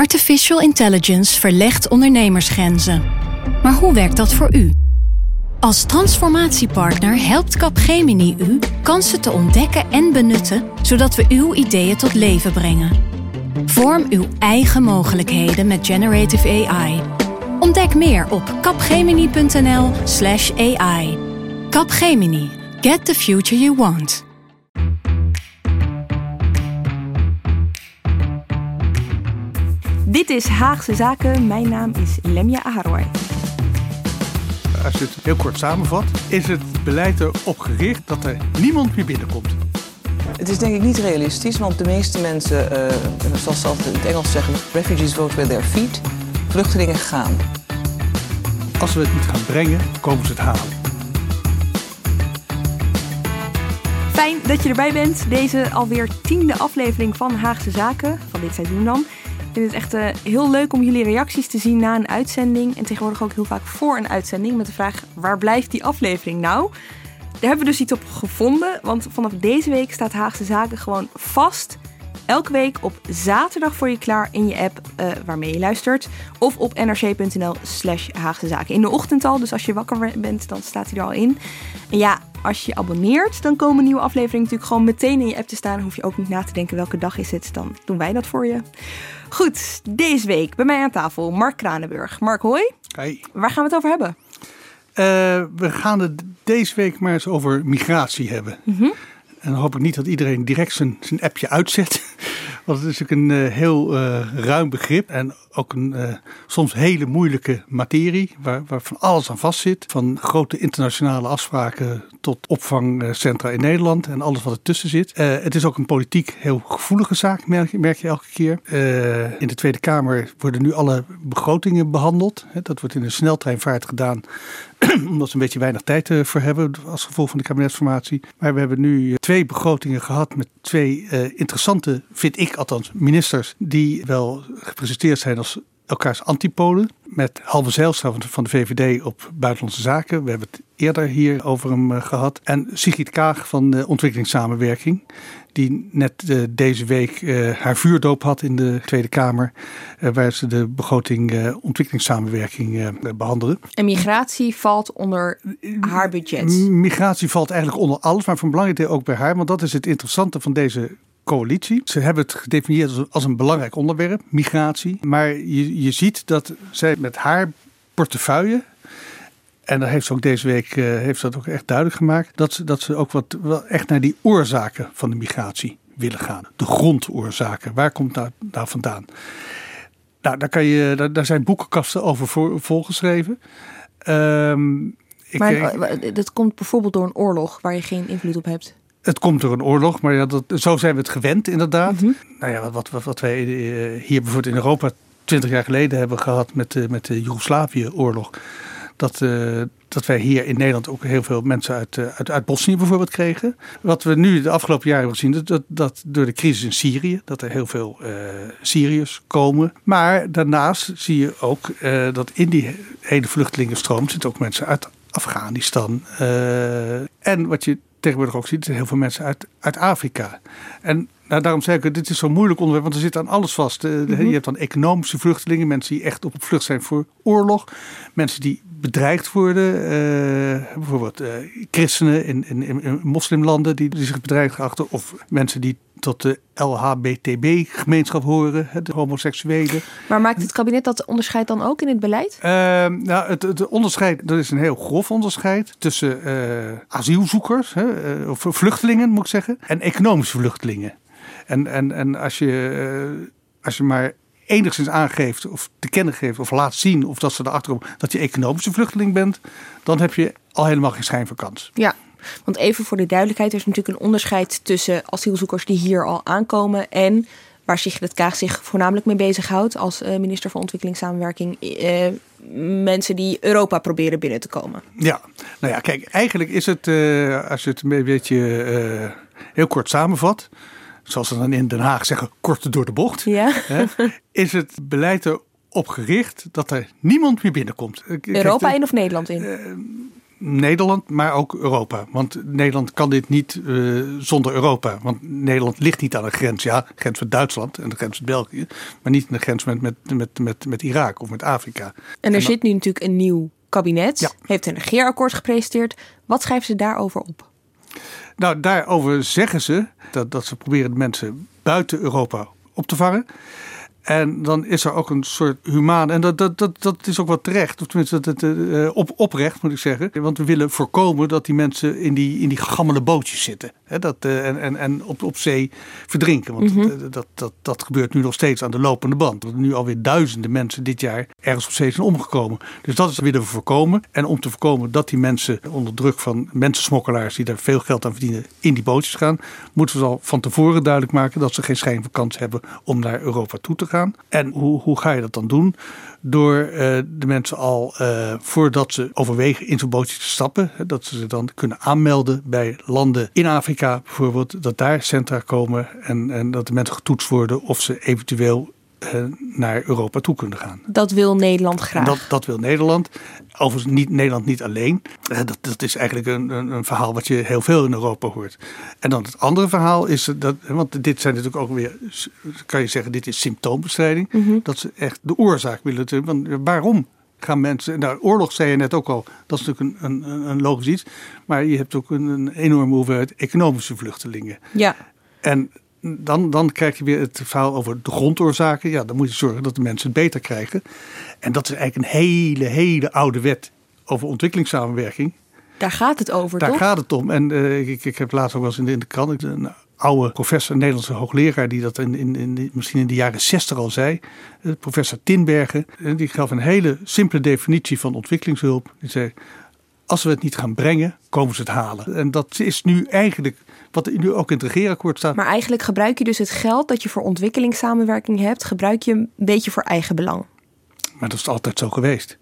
Artificial intelligence verlegt ondernemersgrenzen. Maar hoe werkt dat voor u? Als transformatiepartner helpt Capgemini u kansen te ontdekken en benutten, zodat we uw ideeën tot leven brengen. Vorm uw eigen mogelijkheden met Generative AI. Ontdek meer op capgemini.nl/AI. Capgemini. Get the future you want. Dit is Haagse Zaken. Mijn naam is Lemja Aharoy. Als je het heel kort samenvat, is het beleid erop gericht dat er niemand meer binnenkomt. Het is denk ik niet realistisch, want de meeste mensen, zoals ze altijd in het Engels zeggen, refugees vote with their feet, vluchtelingen gaan. Als we het niet gaan brengen, komen ze het halen. Fijn dat je erbij bent. Deze alweer 10e aflevering van Haagse Zaken, van dit seizoen dan. Ik vind het echt heel leuk om jullie reacties te zien na een uitzending. En tegenwoordig ook heel vaak voor een uitzending met de vraag, waar blijft die aflevering nou? Daar hebben we dus iets op gevonden, want vanaf deze week staat Haagse Zaken gewoon vast. Elke week op zaterdag voor je klaar in je app waarmee je luistert. Of op nrc.nl/Haagse Zaken. In de ochtend al, dus als je wakker bent, dan staat hij er al in. En ja, als je je abonneert, dan komen nieuwe afleveringen natuurlijk gewoon meteen in je app te staan. Dan hoef je ook niet na te denken welke dag is het, dan doen wij dat voor je. Goed, deze week bij mij aan tafel Mark Kranenburg. Mark, hoi. Hey. Waar gaan we het over hebben? We gaan het deze week maar eens over migratie hebben. Mm-hmm. En dan hoop ik niet dat iedereen direct zijn appje uitzet. Want het is natuurlijk een heel ruim begrip. En ook een soms hele moeilijke materie. Waar van alles aan vast zit. Van grote internationale afspraken tot opvangcentra in Nederland. En alles wat ertussen zit. Het is ook een politiek heel gevoelige zaak, merk je elke keer. In de Tweede Kamer worden nu alle begrotingen behandeld. Dat wordt in een sneltreinvaart gedaan. Omdat ze een beetje weinig tijd voor hebben als gevolg van de kabinetsformatie. Maar we hebben nu 2 begrotingen gehad met 2 interessante, vind ik althans, ministers die wel gepresenteerd zijn als elkaars antipoden. Met Halbe Zijlstra van de VVD op Buitenlandse Zaken. We hebben het eerder hier over hem gehad. En Sigrid Kaag van de Ontwikkelingssamenwerking. Die net deze week haar vuurdoop had in de Tweede Kamer. Waar ze de begroting ontwikkelingssamenwerking behandelde. En migratie valt onder haar budget? Migratie valt eigenlijk onder alles. Maar van belangrijk deel ook bij haar. Want dat is het interessante van deze coalitie. Ze hebben het gedefinieerd als een belangrijk onderwerp, migratie. Maar je ziet dat zij met haar portefeuille, en dat heeft ze ook deze week heeft ze dat ook echt duidelijk gemaakt, dat ze ook wel echt naar die oorzaken van de migratie willen gaan. De grondoorzaken. Waar komt nou vandaan? Nou, daar zijn boekenkasten over volgeschreven. Dat komt bijvoorbeeld door een oorlog waar je geen invloed op hebt. Het komt door een oorlog, maar ja, zo zijn we het gewend inderdaad. Mm-hmm. Nou ja, wat wij hier bijvoorbeeld in Europa 20 jaar geleden hebben gehad met de Joegoslavië-oorlog. Dat wij hier in Nederland ook heel veel mensen uit Bosnië bijvoorbeeld kregen. Wat we nu de afgelopen jaren hebben gezien, dat door de crisis in Syrië, dat er heel veel Syriërs komen. Maar daarnaast zie je ook dat in die hele vluchtelingenstroom zitten ook mensen uit Afghanistan. En wat je tegenwoordig ook ziet, heel veel mensen uit Afrika. En daarom zei ik, dit is zo'n moeilijk onderwerp, want er zit aan alles vast. Je hebt dan economische vluchtelingen, mensen die echt op vlucht zijn voor oorlog. Mensen die bedreigd worden. Bijvoorbeeld christenen in moslimlanden die zich bedreigd achten. Of mensen die tot de LHBTB-gemeenschap horen, de homoseksuelen. Maar maakt het kabinet dat onderscheid dan ook in het beleid? Het onderscheid, dat is een heel grof onderscheid tussen asielzoekers, of vluchtelingen moet ik zeggen, en economische vluchtelingen. En als je maar enigszins aangeeft of te kennen geeft of laat zien of dat ze erachter komen dat je economische vluchteling bent, dan heb je al helemaal geen schijn van kans. Ja. Want even voor de duidelijkheid, er is natuurlijk een onderscheid tussen asielzoekers die hier al aankomen en waar Sigrid Kaag zich voornamelijk mee bezighoudt als minister van Ontwikkelingssamenwerking, mensen die Europa proberen binnen te komen. Ja, nou ja, kijk, eigenlijk is het, als je het een beetje heel kort samenvat, zoals ze dan in Den Haag zeggen, kort door de bocht, ja. Is het beleid erop gericht dat er niemand meer binnenkomt. Europa in of Nederland in? Nederland, maar ook Europa. Want Nederland kan dit niet zonder Europa. Want Nederland ligt niet aan een grens. Ja, de grens met Duitsland en de grens met België. Maar niet aan de grens met Irak of met Afrika. En er zit nu natuurlijk een nieuw kabinet. Ja. Heeft een regeerakkoord gepresenteerd. Wat schrijven ze daarover op? Nou, daarover zeggen ze dat ze proberen de mensen buiten Europa op te vangen. En dan is er ook een soort humaan... En dat is ook wel terecht. Of tenminste, oprecht moet ik zeggen. Want we willen voorkomen dat die mensen in die gammele bootjes zitten. Hè, en op zee verdrinken. Want dat gebeurt nu nog steeds aan de lopende band. Er zijn nu alweer duizenden mensen dit jaar ergens op zee zijn omgekomen. Dus dat willen we voorkomen. En om te voorkomen dat die mensen onder druk van mensensmokkelaars... die daar veel geld aan verdienen, in die bootjes gaan... moeten we al van tevoren duidelijk maken... dat ze geen schijn van kans hebben om naar Europa toe te gaan. En hoe ga je dat dan doen? Door de mensen al voordat ze overwegen in zo'n bootje te stappen. Dat ze dan kunnen aanmelden bij landen in Afrika bijvoorbeeld. Dat daar centra komen en dat de mensen getoetst worden of ze eventueel naar Europa toe kunnen gaan. Dat wil Nederland graag. Dat wil Nederland. Overigens Nederland niet alleen. Dat is eigenlijk een verhaal wat je heel veel in Europa hoort. En dan het andere verhaal is dat, want dit zijn natuurlijk ook weer, kan je zeggen, dit is symptoombestrijding. Mm-hmm. Dat ze echt de oorzaak willen. Want waarom gaan mensen, nou, oorlog zei je net ook al, dat is natuurlijk een logisch iets. Maar je hebt ook een enorme hoeveelheid economische vluchtelingen. Ja. En dan krijg je weer het verhaal over de grondoorzaken. Ja, dan moet je zorgen dat de mensen het beter krijgen. En dat is eigenlijk een hele oude wet over ontwikkelingssamenwerking. Daar gaat het over, toch? Daar gaat het om. En ik heb laatst ook wel eens in de krant een oude professor, een Nederlandse hoogleraar, die dat misschien in de jaren 60 al zei. Professor Tinbergen. Die gaf een hele simpele definitie van ontwikkelingshulp. Die zei, als we het niet gaan brengen, komen ze het halen. En dat is nu eigenlijk wat nu ook in het regeerakkoord staat. Maar eigenlijk gebruik je dus het geld dat je voor ontwikkelingssamenwerking hebt, gebruik je een beetje voor eigen belang. Maar dat is altijd zo geweest.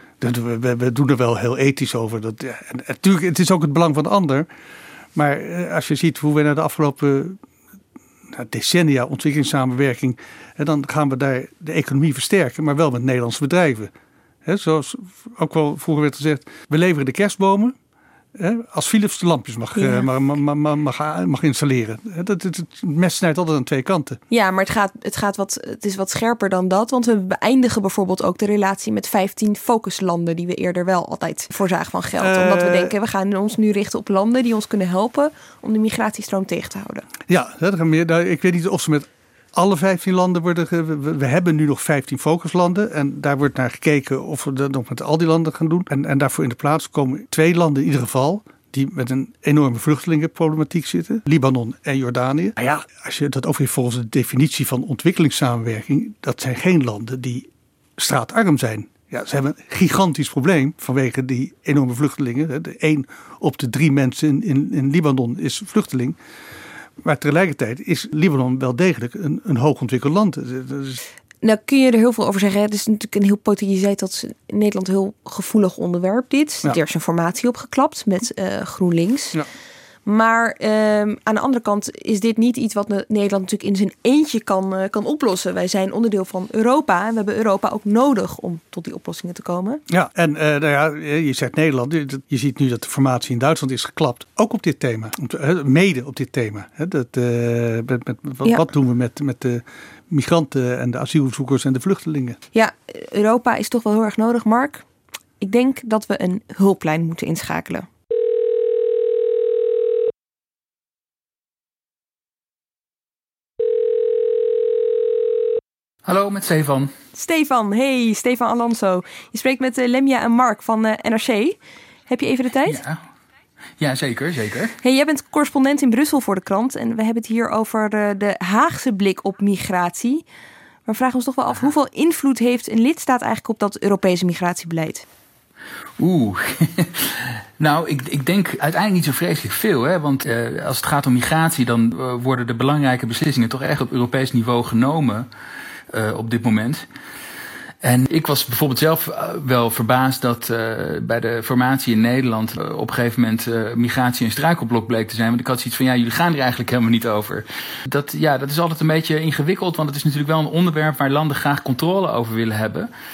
We doen er wel heel ethisch over. En natuurlijk, het is ook het belang van de ander. Maar als je ziet hoe we naar de afgelopen decennia ontwikkelingssamenwerking, dan gaan we daar de economie versterken, maar wel met Nederlandse bedrijven. Zoals ook wel vroeger werd gezegd, we leveren de kerstbomen. Als Philips de lampjes mag installeren. Het mes snijdt altijd aan twee kanten. Ja, maar het is wat scherper dan dat. Want we beëindigen bijvoorbeeld ook de relatie met 15 focuslanden die we eerder wel altijd voorzagen van geld. Omdat we denken, we gaan ons nu richten op landen die ons kunnen helpen om de migratiestroom tegen te houden. Ja, ik weet niet of ze met alle 15 landen worden. We hebben nu nog 15 focuslanden. En daar wordt naar gekeken of we dat nog met al die landen gaan doen. En daarvoor in de plaats komen 2 landen in ieder geval die met een enorme vluchtelingenproblematiek zitten. Libanon en Jordanië. Nou ja, als je dat overweegt volgens de definitie van ontwikkelingssamenwerking, dat zijn geen landen die straatarm zijn. Ja, ze hebben een gigantisch probleem vanwege die enorme vluchtelingen. De 1 op de 3 mensen in Libanon is vluchteling. Maar tegelijkertijd is Libanon wel degelijk een hoogontwikkeld land. Nou kun je er heel veel over zeggen. Het is natuurlijk een heel potentieel. Je zei dat in Nederland een heel gevoelig onderwerp dit. Ja. Er is een formatie opgeklapt met GroenLinks. Ja. Maar aan de andere kant is dit niet iets wat Nederland natuurlijk in zijn eentje kan oplossen. Wij zijn onderdeel van Europa en we hebben Europa ook nodig om tot die oplossingen te komen. Ja, en je zegt Nederland. Je ziet nu dat de formatie in Duitsland is geklapt. Ook op dit thema. Mede op dit thema. Wat doen we met de migranten en de asielzoekers en de vluchtelingen? Ja, Europa is toch wel heel erg nodig, Mark. Ik denk dat we een hulplijn moeten inschakelen. Hallo, met Stefan. Hey, Stefan Alonso. Je spreekt met Lemja en Mark van NRC. Heb je even de tijd? Ja, zeker. Hey, jij bent correspondent in Brussel voor de krant. En we hebben het hier over de Haagse blik op migratie. Maar we vragen ons toch wel af, hoeveel invloed heeft een lidstaat eigenlijk op dat Europese migratiebeleid? Nou, ik denk uiteindelijk niet zo vreselijk veel. Hè? Want als het gaat om migratie, dan worden de belangrijke beslissingen toch echt op Europees niveau genomen op dit moment. En ik was bijvoorbeeld zelf wel verbaasd dat bij de formatie in Nederland op een gegeven moment migratie een struikelblok bleek te zijn. Want ik had zoiets van, jullie gaan er eigenlijk helemaal niet over. Dat is altijd een beetje ingewikkeld, want het is natuurlijk wel een onderwerp waar landen graag controle over willen hebben.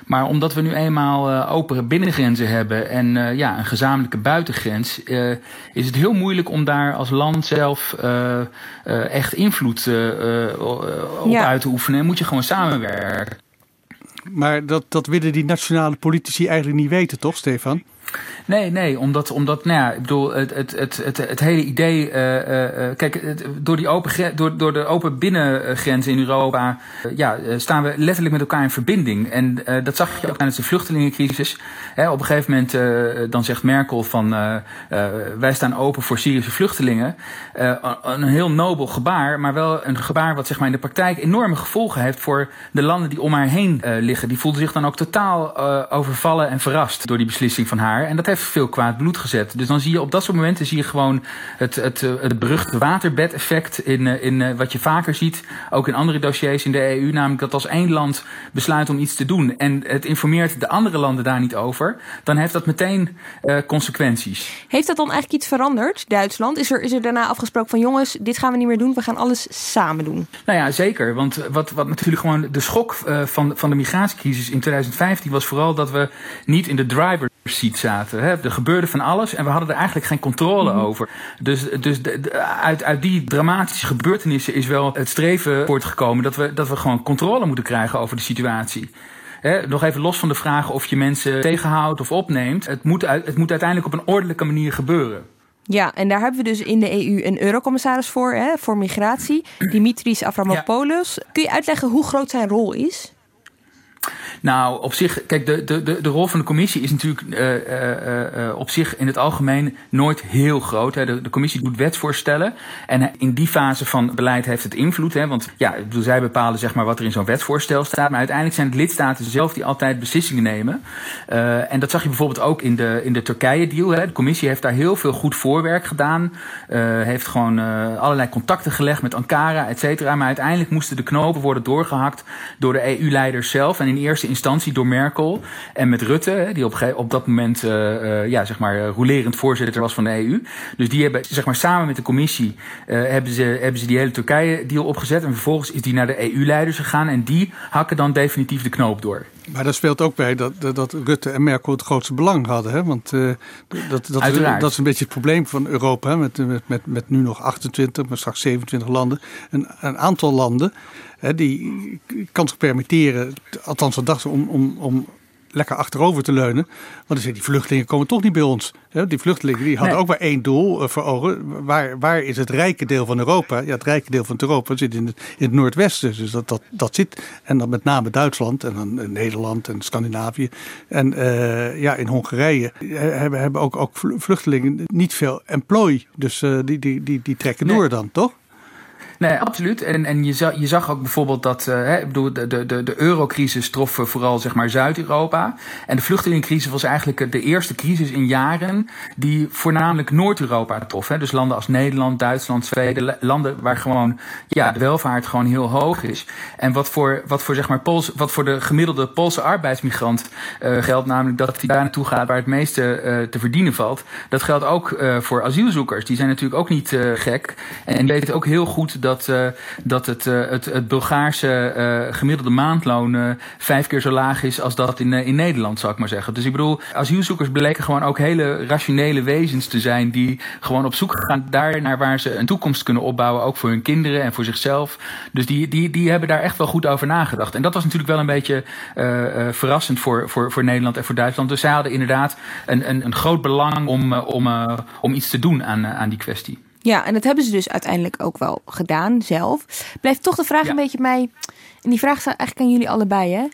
Maar omdat we nu eenmaal open binnengrenzen hebben en een gezamenlijke buitengrens, is het heel moeilijk om daar als land zelf echt invloed op uit te oefenen. En moet je gewoon samenwerken. Maar dat willen die nationale politici eigenlijk niet weten, toch, Stefan? Nee, omdat ik bedoel, het hele idee, kijk, door de open binnengrenzen in Europa, staan we letterlijk met elkaar in verbinding. En dat zag je ook tijdens de vluchtelingencrisis. Op een gegeven moment, dan zegt Merkel van, wij staan open voor Syrische vluchtelingen. Een heel nobel gebaar, maar wel een gebaar wat zeg maar in de praktijk enorme gevolgen heeft voor de landen die om haar heen liggen. Die voelden zich dan ook totaal overvallen en verrast door die beslissing van haar. En dat heeft veel kwaad bloed gezet. Dus dan zie je op dat soort momenten gewoon het beruchte waterbedeffect in wat je vaker ziet, ook in andere dossiers in de EU, namelijk dat als één land besluit om iets te doen en het informeert de andere landen daar niet over, dan heeft dat meteen consequenties. Heeft dat dan eigenlijk iets veranderd, Duitsland? Is er daarna afgesproken van jongens, dit gaan we niet meer doen, we gaan alles samen doen? Nou ja, zeker. Want wat natuurlijk gewoon de schok van de migratiecrisis in 2015 was vooral dat we niet in de driver's seat zaten. Er gebeurde van alles en we hadden er eigenlijk geen controle over. Dus uit die dramatische gebeurtenissen is wel het streven voortgekomen dat we gewoon controle moeten krijgen over de situatie. Nog even los van de vraag of je mensen tegenhoudt of opneemt. Het moet uiteindelijk op een ordelijke manier gebeuren. Ja, en daar hebben we dus in de EU een eurocommissaris voor migratie, Dimitris Avramopoulos. Kun je uitleggen hoe groot zijn rol is? Nou, op zich, kijk, de rol van de commissie is natuurlijk op zich in het algemeen nooit heel groot. Hè. De commissie doet wetsvoorstellen en in die fase van beleid heeft het invloed. Hè, want zij bepalen zeg maar wat er in zo'n wetsvoorstel staat. Maar uiteindelijk zijn het lidstaten zelf die altijd beslissingen nemen. En dat zag je bijvoorbeeld ook in de Turkije-deal. Hè. De commissie heeft daar heel veel goed voorwerk gedaan. Heeft gewoon allerlei contacten gelegd met Ankara, et cetera. Maar uiteindelijk moesten de knopen worden doorgehakt door de EU-leiders zelf. En in eerste instantie door Merkel en met Rutte, die op dat moment rolerend voorzitter was van de EU. Dus die hebben zeg maar samen met de commissie hebben ze die hele Turkije-deal opgezet en vervolgens is die naar de EU-leiders gegaan en die hakken dan definitief de knoop door. Maar dat speelt ook bij dat Rutte en Merkel het grootste belang hadden. Hè? Want dat is een beetje het probleem van Europa. Hè? Met nu nog 28, maar straks 27 landen. Een aantal landen die kan zich permitteren, althans dat dachten om lekker achterover te leunen. Want die vluchtelingen komen toch niet bij ons. Die vluchtelingen die hadden ook maar één doel voor ogen. Waar is het rijke deel van Europa? Ja, het rijke deel van Europa zit in het noordwesten. Dus dat zit. En dan met name Duitsland en dan Nederland en Scandinavië. En in Hongarije hebben ook vluchtelingen niet veel employ. Dus die trekken door dan, toch? Nee, absoluut. En je zag ook bijvoorbeeld dat de eurocrisis trof vooral zeg maar Zuid-Europa. En de vluchtelingencrisis was eigenlijk de eerste crisis in jaren die voornamelijk Noord-Europa trof. Dus landen als Nederland, Duitsland, Zweden, landen waar gewoon de welvaart gewoon heel hoog is. En wat voor de gemiddelde Poolse arbeidsmigrant geldt, namelijk dat hij daar naartoe gaat waar het meeste te verdienen valt. Dat geldt ook voor asielzoekers. Die zijn natuurlijk ook niet gek en die weten ook heel goed dat het Bulgaarse gemiddelde maandloon 5 keer zo laag is als dat in Nederland, zou ik maar zeggen. Dus ik bedoel, asielzoekers bleken gewoon ook hele rationele wezens te zijn die gewoon op zoek gaan daar naar waar ze een toekomst kunnen opbouwen, ook voor hun kinderen en voor zichzelf. Dus die hebben daar echt wel goed over nagedacht. En dat was natuurlijk wel een beetje verrassend voor Nederland en voor Duitsland. Dus zij hadden inderdaad een groot belang om iets te doen aan die kwestie. Ja, en dat hebben ze dus uiteindelijk ook wel gedaan zelf. Blijft toch de vraag een beetje mij, en die vraag staat eigenlijk aan jullie allebei, hè?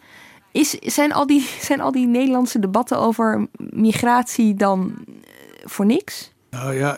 Zijn al die Nederlandse debatten over migratie dan voor niks? Nou ja,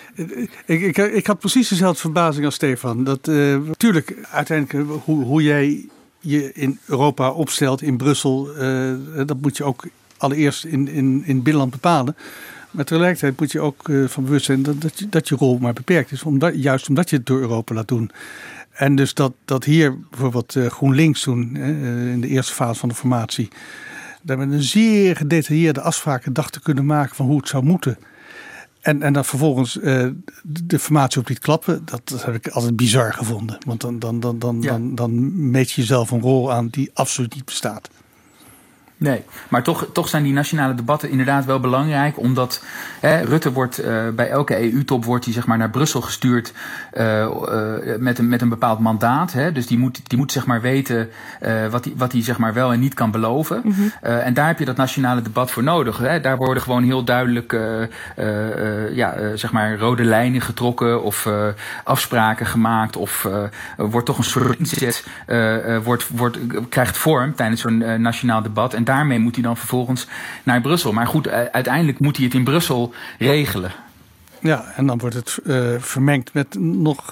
ik had precies dezelfde verbazing als Stefan. Dat natuurlijk uiteindelijk hoe jij je in Europa opstelt, in Brussel, dat moet je ook allereerst in het binnenland bepalen. Maar tegelijkertijd moet je ook van bewust zijn dat je rol maar beperkt is. Juist omdat je het door Europa laat doen. En dus dat hier bijvoorbeeld GroenLinks toen, in de eerste fase van de formatie, daar met een zeer gedetailleerde afspraken dacht te kunnen maken van hoe het zou moeten. En dan vervolgens de formatie op liet klappen, dat heb ik altijd bizar gevonden. Want dan meet je jezelf een rol aan die absoluut niet bestaat. Nee, maar toch zijn die nationale debatten inderdaad wel belangrijk. Omdat Rutte wordt bij elke EU-top wordt hij zeg maar naar Brussel gestuurd met een bepaald mandaat. Hè? Dus die moet zeg maar weten wat hij zeg maar wel en niet kan beloven. Mm-hmm. En daar heb je dat nationale debat voor nodig. Hè? Daar worden gewoon heel duidelijk zeg maar rode lijnen getrokken of afspraken gemaakt. Of wordt toch een soort inzet krijgt vorm tijdens zo'n nationaal debat. En daarmee moet hij dan vervolgens naar Brussel. Maar goed, uiteindelijk moet hij het in Brussel regelen. Ja, en dan wordt het vermengd met nog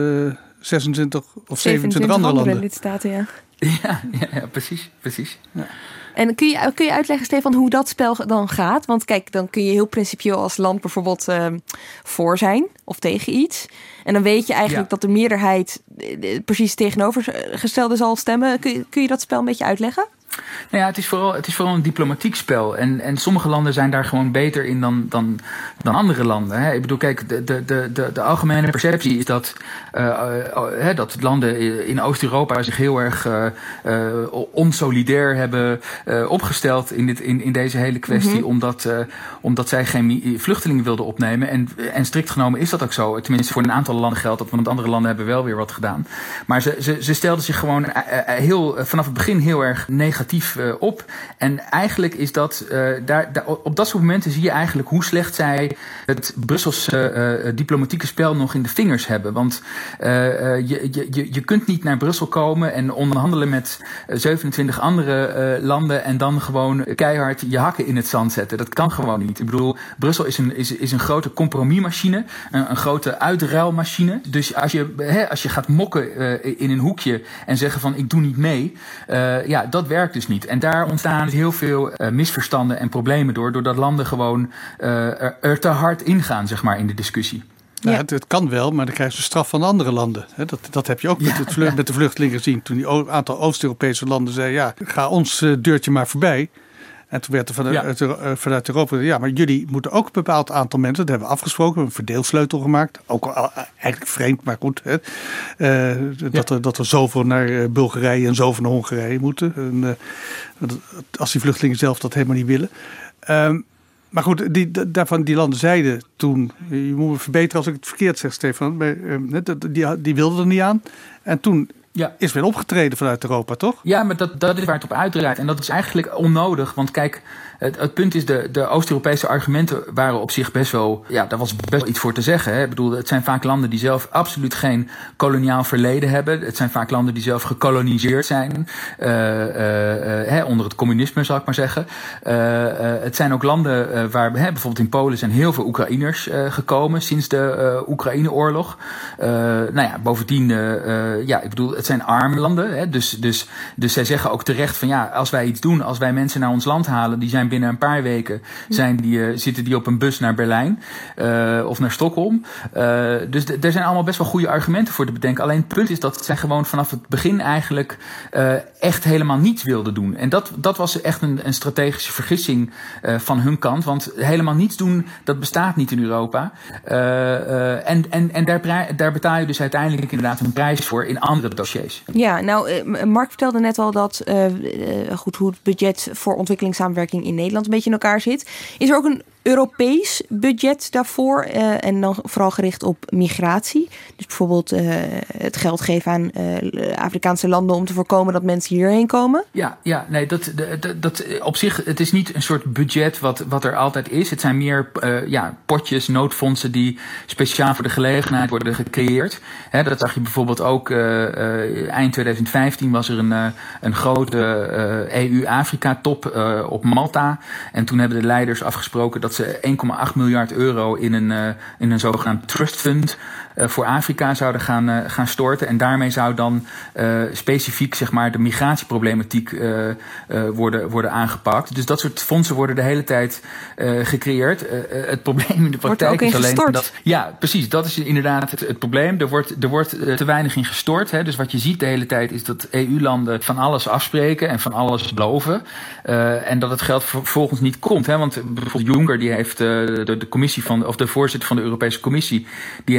26 of 27 andere landen. Lidstaten, ja. Ja, precies. Ja. En kun je uitleggen, Stefan, hoe dat spel dan gaat? Want kijk, dan kun je heel principieel als land bijvoorbeeld voor zijn of tegen iets. En dan weet je eigenlijk dat de meerderheid precies tegenovergestelde zal stemmen. Kun je dat spel een beetje uitleggen? Nou ja, het is vooral een diplomatiek spel. En sommige landen zijn daar gewoon beter in dan andere landen. Hè. Ik bedoel, kijk, de algemene perceptie is dat landen in Oost-Europa zich heel erg onsolidair hebben opgesteld in deze hele kwestie. Mm-hmm. Omdat zij geen vluchtelingen wilden opnemen. En strikt genomen is dat ook zo. Tenminste, voor een aantal landen geldt dat, want andere landen hebben wel weer wat gedaan. Maar ze stelden zich gewoon vanaf het begin heel erg negatief op. En eigenlijk is dat op dat soort momenten zie je eigenlijk hoe slecht zij het Brusselse diplomatieke spel nog in de vingers hebben. Want je kunt niet naar Brussel komen en onderhandelen met 27 andere landen en dan gewoon keihard je hakken in het zand zetten. Dat kan gewoon niet. Ik bedoel, Brussel is een grote compromismachine, een grote uitruilmachine. Dus als je gaat mokken in een hoekje en zeggen van ik doe niet mee, dat werkt dus niet. En daar ontstaan dus heel veel misverstanden en problemen doordat landen gewoon er te hard ingaan, zeg maar, in de discussie. Ja. Het kan wel, maar dan krijg je straf van andere landen. Dat heb je ook met de vluchtelingen gezien. Toen die aantal Oost-Europese landen zei, ga ons deurtje maar voorbij. En toen werd er vanuit Europa, maar jullie moeten ook een bepaald aantal mensen, dat hebben we afgesproken, we hebben een verdeelsleutel gemaakt. Ook al eigenlijk vreemd, maar goed. Dat er zoveel naar Bulgarije en zoveel naar Hongarije moeten. Als die vluchtelingen zelf dat helemaal niet willen. Maar goed, die landen zeiden toen, je moet me verbeteren als ik het verkeerd zeg, Stefan, die wilden er niet aan. En toen is weer opgetreden vanuit Europa, toch? Ja, maar dat is waar het op uitdraait. En dat is eigenlijk onnodig. Want kijk, het punt is, de Oost-Europese argumenten waren op zich best wel, daar was best wel iets voor te zeggen. Hè. Ik bedoel, het zijn vaak landen die zelf absoluut geen koloniaal verleden hebben. Het zijn vaak landen die zelf gekoloniseerd zijn. Onder het communisme, zal ik maar zeggen. Het zijn ook landen waar, bijvoorbeeld in Polen zijn heel veel Oekraïners gekomen sinds de Oekraïne-oorlog. Bovendien, ik bedoel, het zijn arme landen. Hè. Dus zij zeggen ook terecht van als wij iets doen, als wij mensen naar ons land halen, die zijn binnen een paar weken zitten die op een bus naar Berlijn of naar Stockholm. Dus er zijn allemaal best wel goede argumenten voor te bedenken. Alleen het punt is dat zij gewoon vanaf het begin eigenlijk echt helemaal niets wilden doen. En dat was echt een strategische vergissing van hun kant. Want helemaal niets doen, dat bestaat niet in Europa. En daar betaal je dus uiteindelijk inderdaad een prijs voor in andere dossiers. Ja, nou, Mark vertelde net al dat hoe het budget voor ontwikkelingssamenwerking in Nederland een beetje in elkaar zit. Is er ook een Europees budget daarvoor en dan vooral gericht op migratie? Dus bijvoorbeeld het geld geven aan Afrikaanse landen om te voorkomen dat mensen hierheen komen? Nee, dat op zich, het is niet een soort budget wat er altijd is. Het zijn meer potjes, noodfondsen die speciaal voor de gelegenheid worden gecreëerd. Dat zag je bijvoorbeeld ook eind 2015 was er een grote EU-Afrika-top op Malta. En toen hebben de leiders afgesproken dat ze 1,8 miljard euro in een zogenaamd trust fund voor Afrika zouden gaan storten. En daarmee zou dan specifiek zeg maar de migratieproblematiek worden aangepakt. Dus dat soort fondsen worden de hele tijd gecreëerd. Het probleem in de praktijk is alleen dat... Ja, precies. Dat is inderdaad het probleem. Er wordt te weinig in gestort. Hè. Dus wat je ziet de hele tijd is dat EU-landen van alles afspreken en van alles beloven. En dat het geld vervolgens niet komt. Hè. Want bijvoorbeeld Juncker, die heeft de commissie de voorzitter van de Europese Commissie, die heeft laatst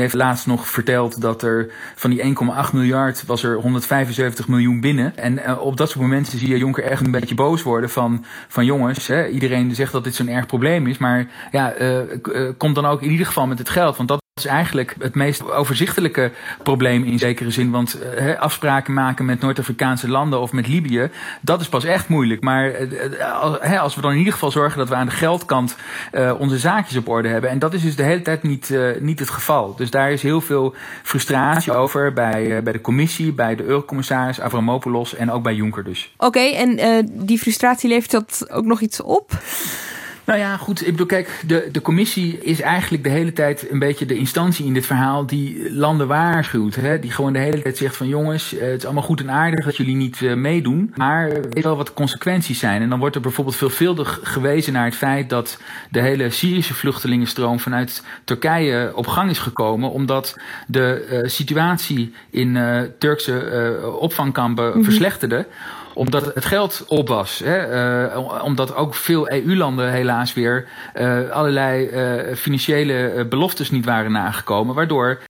nog verteld dat er van die 1,8 miljard was er 175 miljoen binnen. En op dat soort momenten zie je Jonker echt een beetje boos worden van jongens, hè, iedereen zegt dat dit zo'n erg probleem is, maar komt dan ook in ieder geval met het geld, want dat is eigenlijk het meest overzichtelijke probleem in zekere zin. Want afspraken maken met Noord-Afrikaanse landen of met Libië, dat is pas echt moeilijk. Maar als we dan in ieder geval zorgen dat we aan de geldkant onze zaakjes op orde hebben. En dat is dus de hele tijd niet het geval. Dus daar is heel veel frustratie over bij de commissie, bij de eurocommissaris Avramopoulos en ook bij Juncker dus. Oké, en die frustratie levert dat ook nog iets op? Nou ja, goed. Ik bedoel, kijk, de commissie is eigenlijk de hele tijd een beetje de instantie in dit verhaal die landen waarschuwt. Hè? Die gewoon de hele tijd zegt van jongens, het is allemaal goed en aardig dat jullie niet meedoen. Maar weet wel wat de consequenties zijn. En dan wordt er bijvoorbeeld veelvuldig gewezen naar het feit dat de hele Syrische vluchtelingenstroom vanuit Turkije op gang is gekomen. Omdat de situatie in Turkse opvangkampen verslechterde. Omdat het geld op was. Omdat ook veel EU-landen helaas weer allerlei financiële beloftes niet waren nagekomen. Waardoor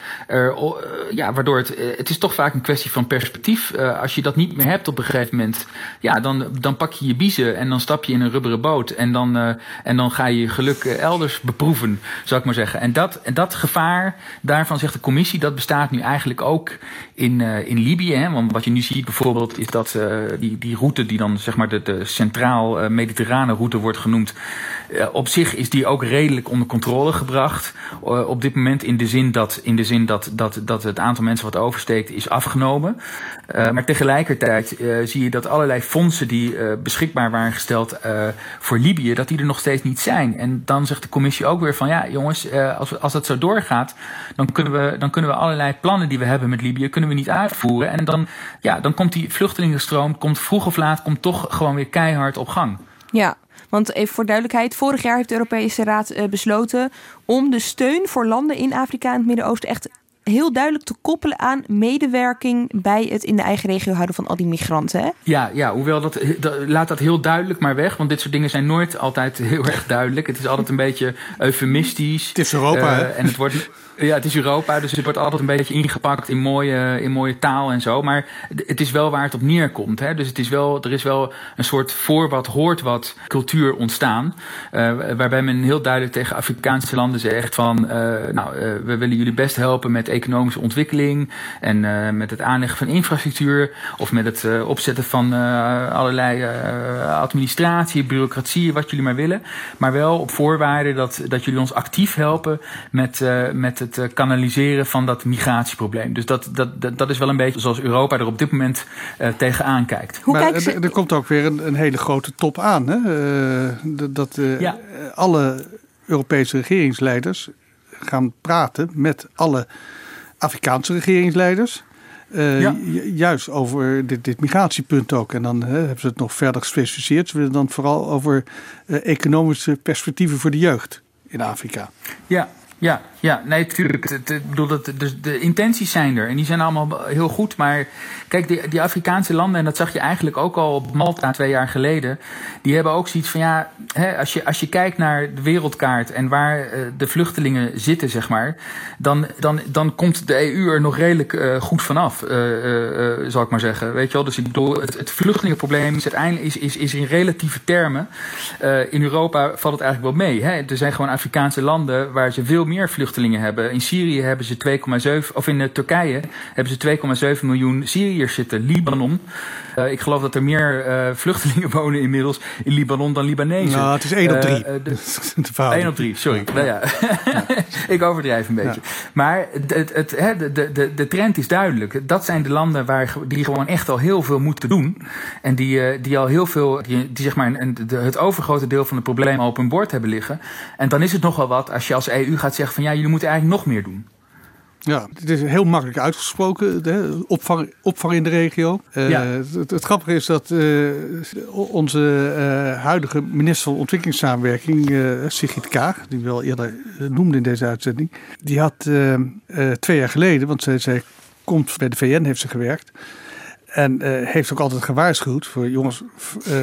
het is toch vaak een kwestie van perspectief. Als je dat niet meer hebt op een gegeven moment, ja, dan pak je je biezen en dan stap je in een rubberen boot. En dan ga je je geluk elders beproeven, zou ik maar zeggen. En dat gevaar, daarvan zegt de commissie, dat bestaat nu eigenlijk ook in Libië. Hè? Want wat je nu ziet bijvoorbeeld is dat die route die dan zeg maar de centraal-mediterrane route wordt genoemd. Op zich is die ook redelijk onder controle gebracht. Op dit moment in de zin dat het aantal mensen wat oversteekt is afgenomen. Maar tegelijkertijd zie je dat allerlei fondsen die beschikbaar waren gesteld voor Libië, dat die er nog steeds niet zijn. En dan zegt de commissie ook weer van ja jongens, als dat zo doorgaat, dan kunnen we allerlei plannen die we hebben met Libië kunnen we niet uitvoeren. En dan komt die vluchtelingenstroom, vroeg of laat, toch gewoon weer keihard op gang. Ja. Want even voor duidelijkheid, vorig jaar heeft de Europese Raad besloten om de steun voor landen in Afrika en het Midden-Oosten echt heel duidelijk te koppelen aan medewerking bij het in de eigen regio houden van al die migranten. Hè? Ja, hoewel laat dat heel duidelijk maar weg, want dit soort dingen zijn nooit altijd heel erg duidelijk. Het is altijd een beetje eufemistisch. Het is Europa, hè? En het is Europa, dus het wordt altijd een beetje ingepakt in mooie taal en zo. Maar het is wel waar het op neerkomt. Hè? Dus er is wel een soort voor wat hoort wat cultuur ontstaan. Waarbij men heel duidelijk tegen Afrikaanse landen zegt van we willen jullie best helpen met economische ontwikkeling en met het aanleggen van infrastructuur of met het opzetten van allerlei administratie, bureaucratie, wat jullie maar willen. Maar wel op voorwaarde dat jullie ons actief helpen met het kanaliseren van dat migratieprobleem. Dus dat is wel een beetje zoals Europa er op dit moment tegenaan kijkt. Er komt ook weer een hele grote top aan. Hè? Alle Europese regeringsleiders gaan praten met alle Afrikaanse regeringsleiders. Juist over dit migratiepunt ook. En dan hebben ze het nog verder gespecificeerd. Ze willen dan vooral over economische perspectieven voor de jeugd in Afrika. Ja, nee, natuurlijk. De intenties zijn er en die zijn allemaal heel goed. Maar kijk, die Afrikaanse landen, en dat zag je eigenlijk ook al op Malta 2 jaar geleden, die hebben ook zoiets van als je kijkt naar de wereldkaart en waar de vluchtelingen zitten, zeg maar, dan komt de EU er nog redelijk goed vanaf, zal ik maar zeggen. Weet je wel? Dus ik bedoel, het vluchtelingenprobleem is uiteindelijk is in relatieve termen. In Europa valt het eigenlijk wel mee. Hè? Er zijn gewoon Afrikaanse landen waar ze veel meer vluchtelingen hebben. In Syrië hebben ze 2,7, of in Turkije hebben ze 2,7 miljoen Syriërs zitten. Libanon. Ik geloof dat er meer vluchtelingen wonen inmiddels in Libanon dan Libanezen. Nou, het is 1 op 3. 1 op 3, sorry. Ja. Ik overdrijf een beetje. Ja. Maar de trend is duidelijk. Dat zijn de landen die gewoon echt al heel veel moeten doen. En die al heel veel, die zeg maar het overgrote deel van het probleem al op hun bord hebben liggen. En dan is het nogal wat als je als EU gaat zeggen van jullie moeten eigenlijk nog meer doen. Ja, het is heel makkelijk uitgesproken, opvang in de regio. Het grappige is dat onze huidige minister van Ontwikkelingssamenwerking, Sigrid Kaag, die we al eerder noemde in deze uitzending, die had 2 jaar geleden, want zij komt bij de VN, heeft ze gewerkt, en heeft ook altijd gewaarschuwd voor jongens,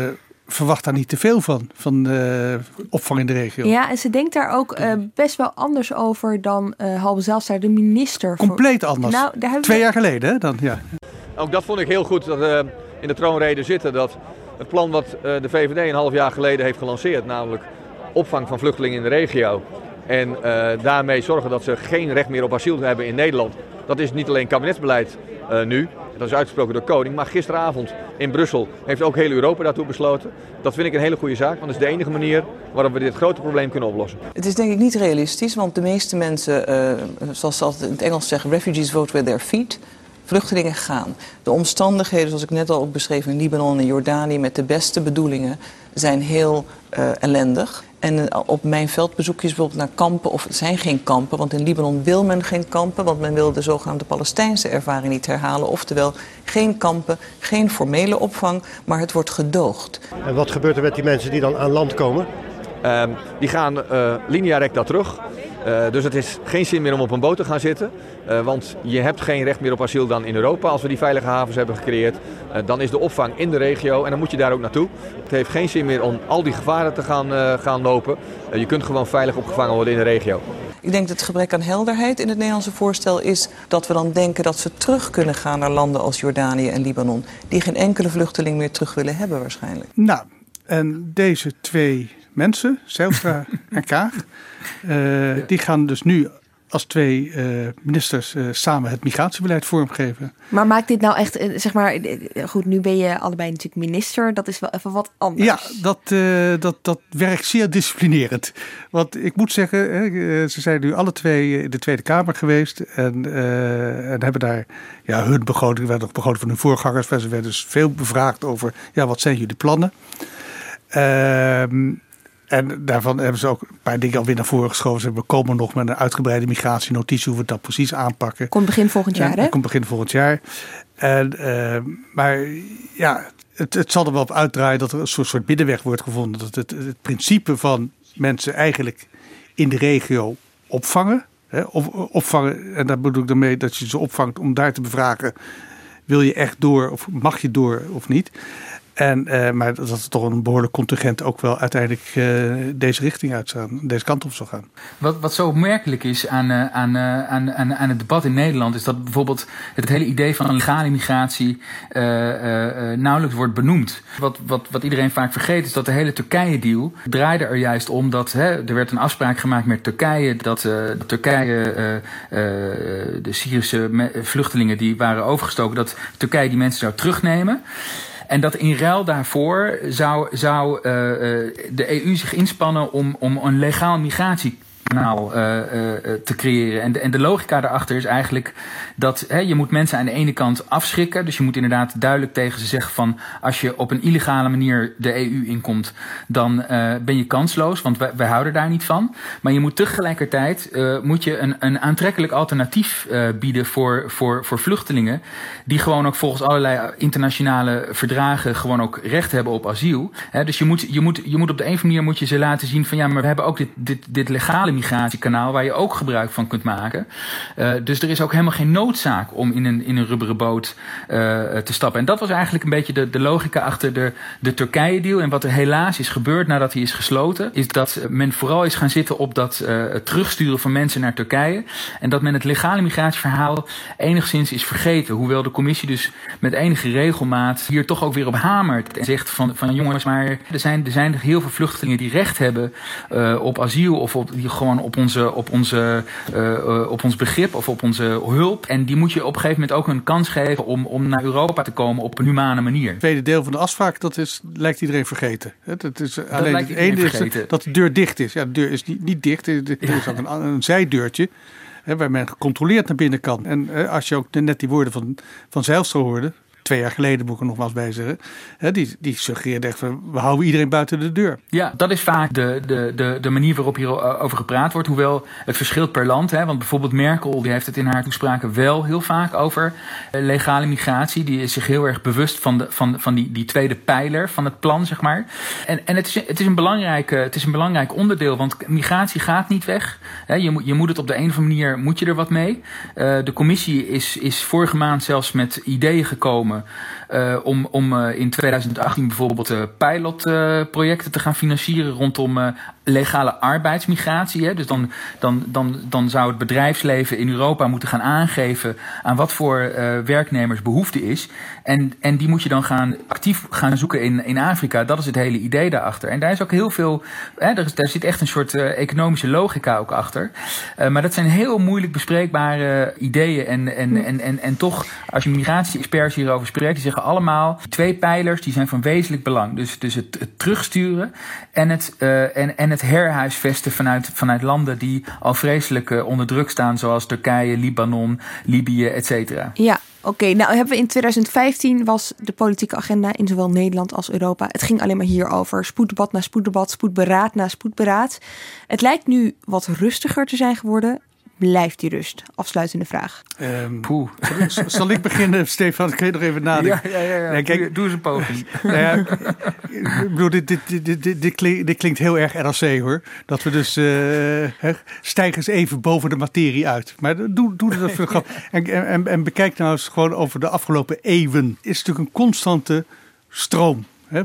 verwacht daar niet te veel van opvang in de regio. Ja, en ze denkt daar ook best wel anders over dan Halbe Zijlstra, de minister. Compleet anders. Nou, 2 jaar geleden, hè? Dan, ja. Ook dat vond ik heel goed dat in de troonrede zitten. Dat het plan wat de VVD een half jaar geleden heeft gelanceerd, namelijk opvang van vluchtelingen in de regio. En daarmee zorgen dat ze geen recht meer op asiel hebben in Nederland. Dat is niet alleen kabinetsbeleid nu. Dat is uitgesproken door koning. Maar gisteravond in Brussel heeft ook heel Europa daartoe besloten. Dat vind ik een hele goede zaak. Want dat is de enige manier waarop we dit grote probleem kunnen oplossen. Het is denk ik niet realistisch. Want de meeste mensen, zoals ze altijd in het Engels zeggen, refugees vote with their feet. Vluchtelingen gaan. De omstandigheden, zoals ik net al ook beschreef in Libanon en Jordanië, met de beste bedoelingen, zijn heel ellendig. En op mijn veldbezoekjes bijvoorbeeld naar kampen, of het zijn geen kampen, want in Libanon wil men geen kampen, want men wil de zogenaamde Palestijnse ervaring niet herhalen. Oftewel, geen kampen, geen formele opvang, maar het wordt gedoogd. En wat gebeurt er met die mensen die dan aan land komen? Die gaan linea recta terug. Dus het is geen zin meer om op een boot te gaan zitten. Want je hebt geen recht meer op asiel dan in Europa. Als we die veilige havens hebben gecreëerd, dan is de opvang in de regio en dan moet je daar ook naartoe. Het heeft geen zin meer om al die gevaren te gaan lopen. Je kunt gewoon veilig opgevangen worden in de regio. Ik denk dat het gebrek aan helderheid in het Nederlandse voorstel is dat we dan denken dat ze terug kunnen gaan naar landen als Jordanië en Libanon. Die geen enkele vluchteling meer terug willen hebben waarschijnlijk. Nou, en deze 2 mensen, Zijlstra en Kaag, die gaan dus nu als 2 ministers samen het migratiebeleid vormgeven. Maar maakt dit nou echt, zeg maar, goed, nu ben je allebei natuurlijk minister, dat is wel even wat anders. Ja, dat werkt zeer disciplinerend. Want ik moet zeggen, ze zijn nu alle 2 in de Tweede Kamer geweest en hebben daar hun begroting, werd ook begroting van hun voorgangers, ze werden dus veel bevraagd over, wat zijn jullie plannen? En daarvan hebben ze ook een paar dingen alweer naar voren geschoven. We komen nog met een uitgebreide migratienotitie hoe we dat precies aanpakken. Komt begin volgend jaar, hè? Komt begin volgend jaar. Maar het zal er wel op uitdraaien dat er een soort middenweg wordt gevonden. Dat het principe van mensen eigenlijk in de regio opvangen. Opvangen, en daar bedoel ik daarmee dat je ze opvangt om daar te bevragen. Wil je echt door of mag je door of niet? Maar dat er toch een behoorlijk contingent ook wel uiteindelijk deze richting uitgaan, deze kant op zal gaan. Wat zo opmerkelijk is aan het debat in Nederland is dat bijvoorbeeld het hele idee van een legale migratie nauwelijks wordt benoemd. Wat iedereen vaak vergeet is dat de hele Turkije-deal draaide er juist om dat er werd een afspraak gemaakt met Turkije dat Turkije de Syrische vluchtelingen die waren overgestoken, dat Turkije die mensen zou terugnemen. En dat in ruil daarvoor zou de EU zich inspannen om een legaal migratiekanaal te creëren. En de logica daarachter is eigenlijk dat je moet mensen aan de ene kant afschrikken. Dus je moet inderdaad duidelijk tegen ze zeggen van als je op een illegale manier de EU inkomt, dan ben je kansloos, want wij houden daar niet van. Maar je moet tegelijkertijd moet je een aantrekkelijk alternatief bieden voor vluchtelingen die gewoon ook volgens allerlei internationale verdragen gewoon ook recht hebben op asiel. Dus je moet op de een of andere manier moet je ze laten zien van maar we hebben ook dit legale migratiekanaal waar je ook gebruik van kunt maken. Dus er is ook helemaal geen noodzaak om in een rubberen boot te stappen. En dat was eigenlijk een beetje de logica achter de Turkije-deal. En wat er helaas is gebeurd nadat hij is gesloten, is dat men vooral is gaan zitten op dat terugsturen van mensen naar Turkije. En dat men het legale migratieverhaal enigszins is vergeten. Hoewel de commissie dus met enige regelmaat hier toch ook weer op hamert. En zegt van jongens, maar er zijn heel veel vluchtelingen die recht hebben op asiel of die gewoon op ons begrip of op onze hulp. En die moet je op een gegeven moment ook een kans geven om naar Europa te komen op een humane manier. Het tweede deel van de afspraak, lijkt iedereen vergeten. Het is alleen het ene is dat de deur dicht is. Ja, de deur is niet dicht. Er is ook een zijdeurtje waar men gecontroleerd naar binnen kan. En als je ook net die woorden van Zijlstra hoorde, 2 jaar geleden moet ik er nogmaals bij zeggen, die suggereerde echt van we houden iedereen buiten de deur. Ja, dat is vaak de manier waarop hier over gepraat wordt. Hoewel het verschilt per land. Want bijvoorbeeld Merkel die heeft het in haar toespraken wel heel vaak over legale migratie. Die is zich heel erg bewust van die tweede pijler van het plan, zeg maar. En het is een belangrijk onderdeel, want migratie gaat niet weg. Je moet het op de een of andere manier moet je er wat mee. De commissie is vorige maand zelfs met ideeën gekomen komen om in 2018 bijvoorbeeld pilotprojecten te gaan financieren rondom legale arbeidsmigratie. Hè? Dus dan zou het bedrijfsleven in Europa moeten gaan aangeven aan wat voor werknemers behoefte is. En die moet je dan actief gaan zoeken in Afrika. Dat is het hele idee daarachter. En daar is ook heel veel, daar zit echt een soort economische logica ook achter. Maar dat zijn heel moeilijk bespreekbare ideeën. En toch, als je migratie-experts hierover spreekt, die zeggen allemaal, 2 pijlers die zijn van wezenlijk belang. Dus het terugsturen en het herhuisvesten vanuit landen die al vreselijk onder druk staan, zoals Turkije, Libanon, Libië, et cetera. Ja, oké. Nou hebben we in 2015 was de politieke agenda in zowel Nederland als Europa. Het ging alleen maar hierover. Spoeddebat na spoeddebat, spoedberaad na spoedberaad. Het lijkt nu wat rustiger te zijn geworden. Blijft die rust? Afsluitende vraag. Zal ik beginnen, Stefan? Kun je nog even nadenken? Ja. Nee, kijk, doe eens een poging. Ik bedoel, dit klinkt heel erg NRC, hoor. Dat we dus stijgen eens even boven de materie uit. Maar doe dat voor de grap. En bekijk nou eens gewoon over de afgelopen eeuwen. Is natuurlijk een constante stroom.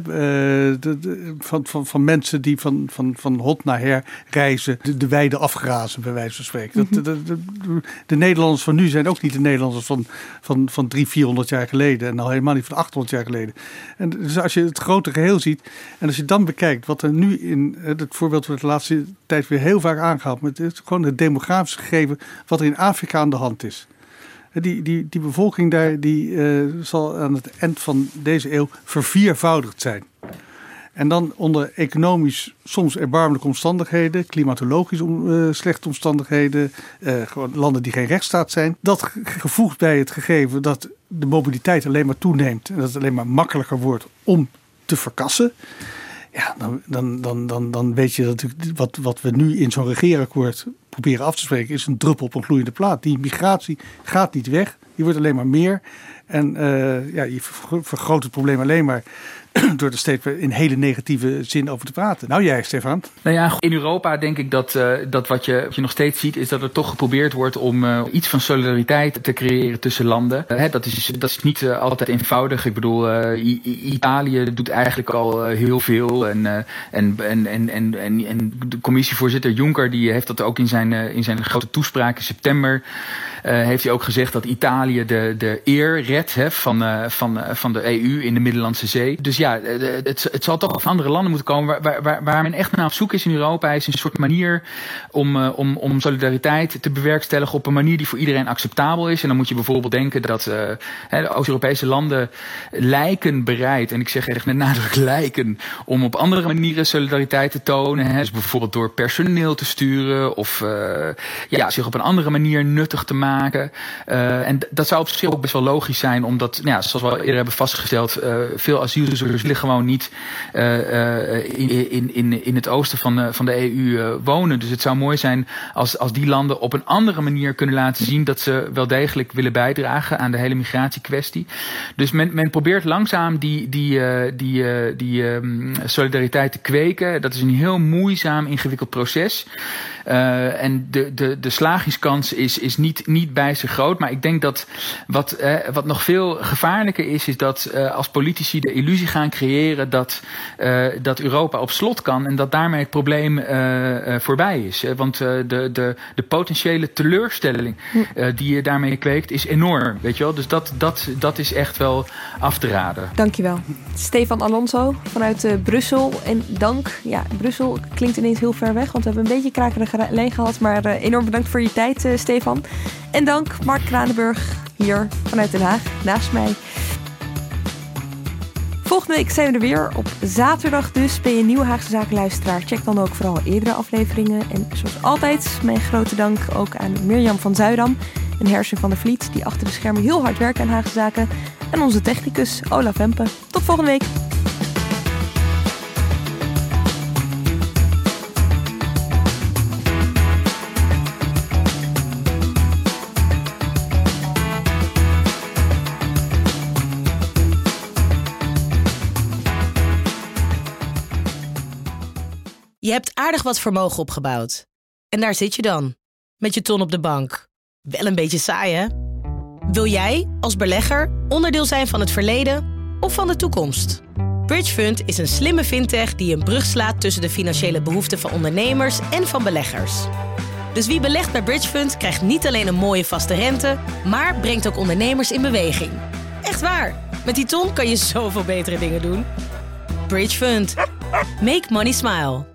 Van mensen die van hot naar her reizen, de weide afgrazen, bij wijze van spreken. De Nederlanders van nu zijn ook niet de Nederlanders van 300-400 jaar geleden. En al helemaal niet van 800 jaar geleden. En dus als je het grote geheel ziet, en als je dan bekijkt wat er nu in het voorbeeld wordt de laatste tijd weer heel vaak aangehaald, met het gewoon het demografische gegeven wat er in Afrika aan de hand is. Die bevolking daar zal aan het eind van deze eeuw verviervoudigd zijn. En dan onder economisch soms erbarmelijke omstandigheden, klimatologisch slechte omstandigheden, gewoon landen die geen rechtsstaat zijn. Dat gevoegd bij het gegeven dat de mobiliteit alleen maar toeneemt en dat het alleen maar makkelijker wordt om te verkassen. Ja, dan weet je dat wat we nu in zo'n regeerakkoord proberen af te spreken is een druppel op een gloeiende plaat. Die migratie gaat niet weg, die wordt alleen maar meer. En je vergroot het probleem alleen maar door er steeds in hele negatieve zin over te praten. Nou jij, Stefan? Nou ja, in Europa denk ik dat wat je nog steeds ziet is dat er toch geprobeerd wordt om iets van solidariteit te creëren tussen landen. Dat is niet altijd eenvoudig. Ik bedoel, Italië doet eigenlijk al heel veel. En de commissievoorzitter Juncker die heeft dat ook in zijn grote toespraak in september. Heeft hij ook gezegd dat Italië de eer redt van de EU in de Middellandse Zee. Dus ja, het zal toch van andere landen moeten komen. Waar men echt naar op zoek is in Europa is een soort manier om solidariteit te bewerkstelligen op een manier die voor iedereen acceptabel is. En dan moet je bijvoorbeeld denken dat de Oost-Europese landen lijken bereid, en ik zeg echt met nadruk lijken, om op andere manieren solidariteit te tonen. Dus bijvoorbeeld door personeel te sturen of zich op een andere manier nuttig te maken. En dat zou op zich ook best wel logisch zijn, omdat, zoals we al eerder hebben vastgesteld, veel asielzoekers willen gewoon niet in het oosten van de EU wonen. Dus het zou mooi zijn als die landen op een andere manier kunnen laten zien dat ze wel degelijk willen bijdragen aan de hele migratiekwestie. Dus men probeert langzaam die solidariteit te kweken. Dat is een heel moeizaam, ingewikkeld proces. En de slagingskans is niet bijster groot. Maar ik denk dat wat nog veel gevaarlijker is dat als politici de illusie gaan creëren dat Europa op slot kan en dat daarmee het probleem voorbij is. Want de potentiële teleurstelling die je daarmee kweekt is enorm. Weet je wel? Dus dat is echt wel af te raden. Dankjewel. Stefan Alonso vanuit Brussel. En dank. Ja, Brussel klinkt ineens heel ver weg, want we hebben een beetje krakerige lijn gehad. Maar enorm bedankt voor je tijd, Stefan. En dank Mark Kranenburg hier vanuit Den Haag naast mij. Volgende week zijn we er weer op zaterdag dus. Ben je een nieuwe Haagse Zaken luisteraar? Check dan ook vooral eerdere afleveringen. En zoals altijd mijn grote dank ook aan Mirjam van Zuidam en Hersen van der Vliet, die achter de schermen heel hard werken aan Haagse Zaken. En onze technicus Olaf Wempe. Tot volgende week. Je hebt aardig wat vermogen opgebouwd. En daar zit je dan, met je ton op de bank. Wel een beetje saai, hè? Wil jij, als belegger, onderdeel zijn van het verleden of van de toekomst? Bridgefund is een slimme fintech die een brug slaat tussen de financiële behoeften van ondernemers en van beleggers. Dus wie belegt bij Bridgefund krijgt niet alleen een mooie vaste rente, maar brengt ook ondernemers in beweging. Echt waar, met die ton kan je zoveel betere dingen doen. Bridgefund. Make money smile.